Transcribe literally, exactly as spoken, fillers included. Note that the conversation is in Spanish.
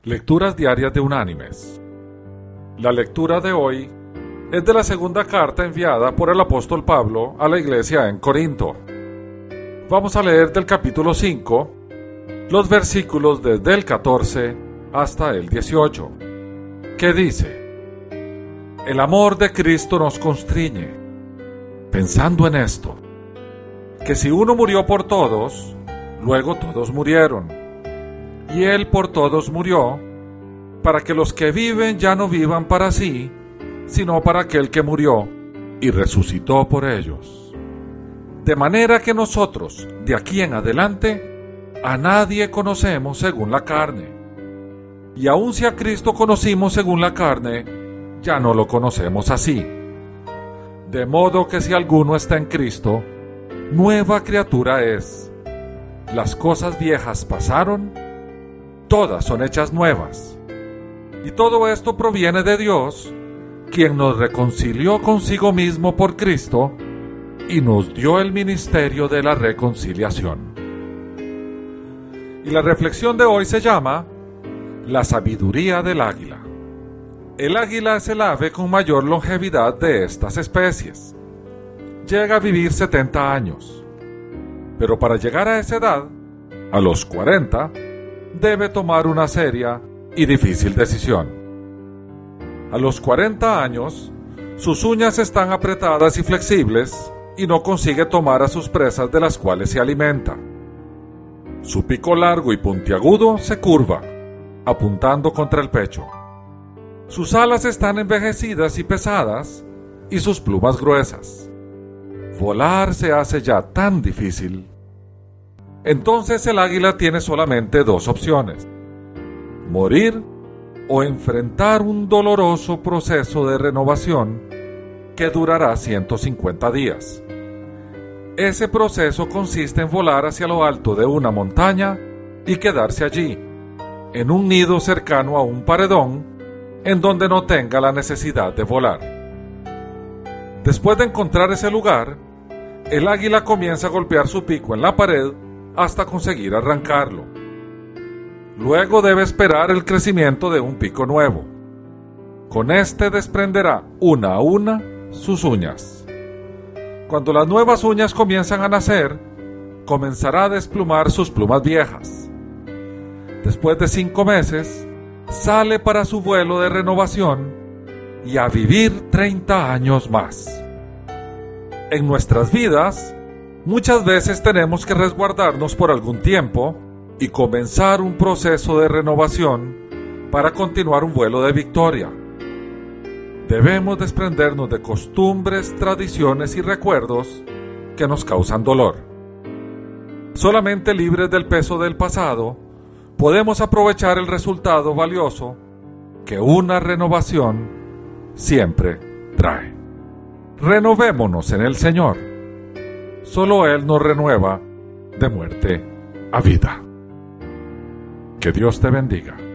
Lecturas diarias de Unánimes. La lectura de hoy es de la segunda carta enviada por el apóstol Pablo a la iglesia en Corinto. Vamos a leer del capítulo cinco, los versículos desde el catorce hasta el dieciocho, que dice: El amor de Cristo nos constriñe, pensando en esto, que si uno murió por todos, luego todos murieron. Y Él por todos murió, para que los que viven ya no vivan para sí, sino para aquel que murió y resucitó por ellos. De manera que nosotros, de aquí en adelante, a nadie conocemos según la carne. Y aun si a Cristo conocimos según la carne, ya no lo conocemos así. De modo que si alguno está en Cristo, nueva criatura es. Las cosas viejas pasaron, todas son hechas nuevas. Y todo esto proviene de Dios, quien nos reconcilió consigo mismo por Cristo y nos dio el ministerio de la reconciliación. Y la reflexión de hoy se llama La sabiduría del águila. El águila es el ave con mayor longevidad de estas especies. Llega a vivir setenta años. Pero para llegar a esa edad, a los cuarenta, debe tomar una seria y difícil decisión. A los cuarenta años, sus uñas están apretadas y flexibles y no consigue tomar a sus presas de las cuales se alimenta. Su pico largo y puntiagudo se curva, apuntando contra el pecho. Sus alas están envejecidas y pesadas y sus plumas gruesas. Volar se hace ya tan difícil. Entonces el águila tiene solamente dos opciones: morir o enfrentar un doloroso proceso de renovación que durará ciento cincuenta días. Ese proceso consiste en volar hacia lo alto de una montaña y quedarse allí, en un nido cercano a un paredón en donde no tenga la necesidad de volar. Después de encontrar ese lugar, el águila comienza a golpear su pico en la pared hasta conseguir arrancarlo. Luego debe esperar el crecimiento de un pico nuevo. Con este desprenderá una a una sus uñas. Cuando las nuevas uñas comienzan a nacer, comenzará a desplumar sus plumas viejas. Después de cinco meses, sale para su vuelo de renovación y a vivir treinta años más. En nuestras vidas, muchas veces tenemos que resguardarnos por algún tiempo y comenzar un proceso de renovación para continuar un vuelo de victoria. Debemos desprendernos de costumbres, tradiciones y recuerdos que nos causan dolor. Solamente libres del peso del pasado, podemos aprovechar el resultado valioso que una renovación siempre trae. Renovémonos en el Señor. Solo Él nos renueva de muerte a vida. Que Dios te bendiga.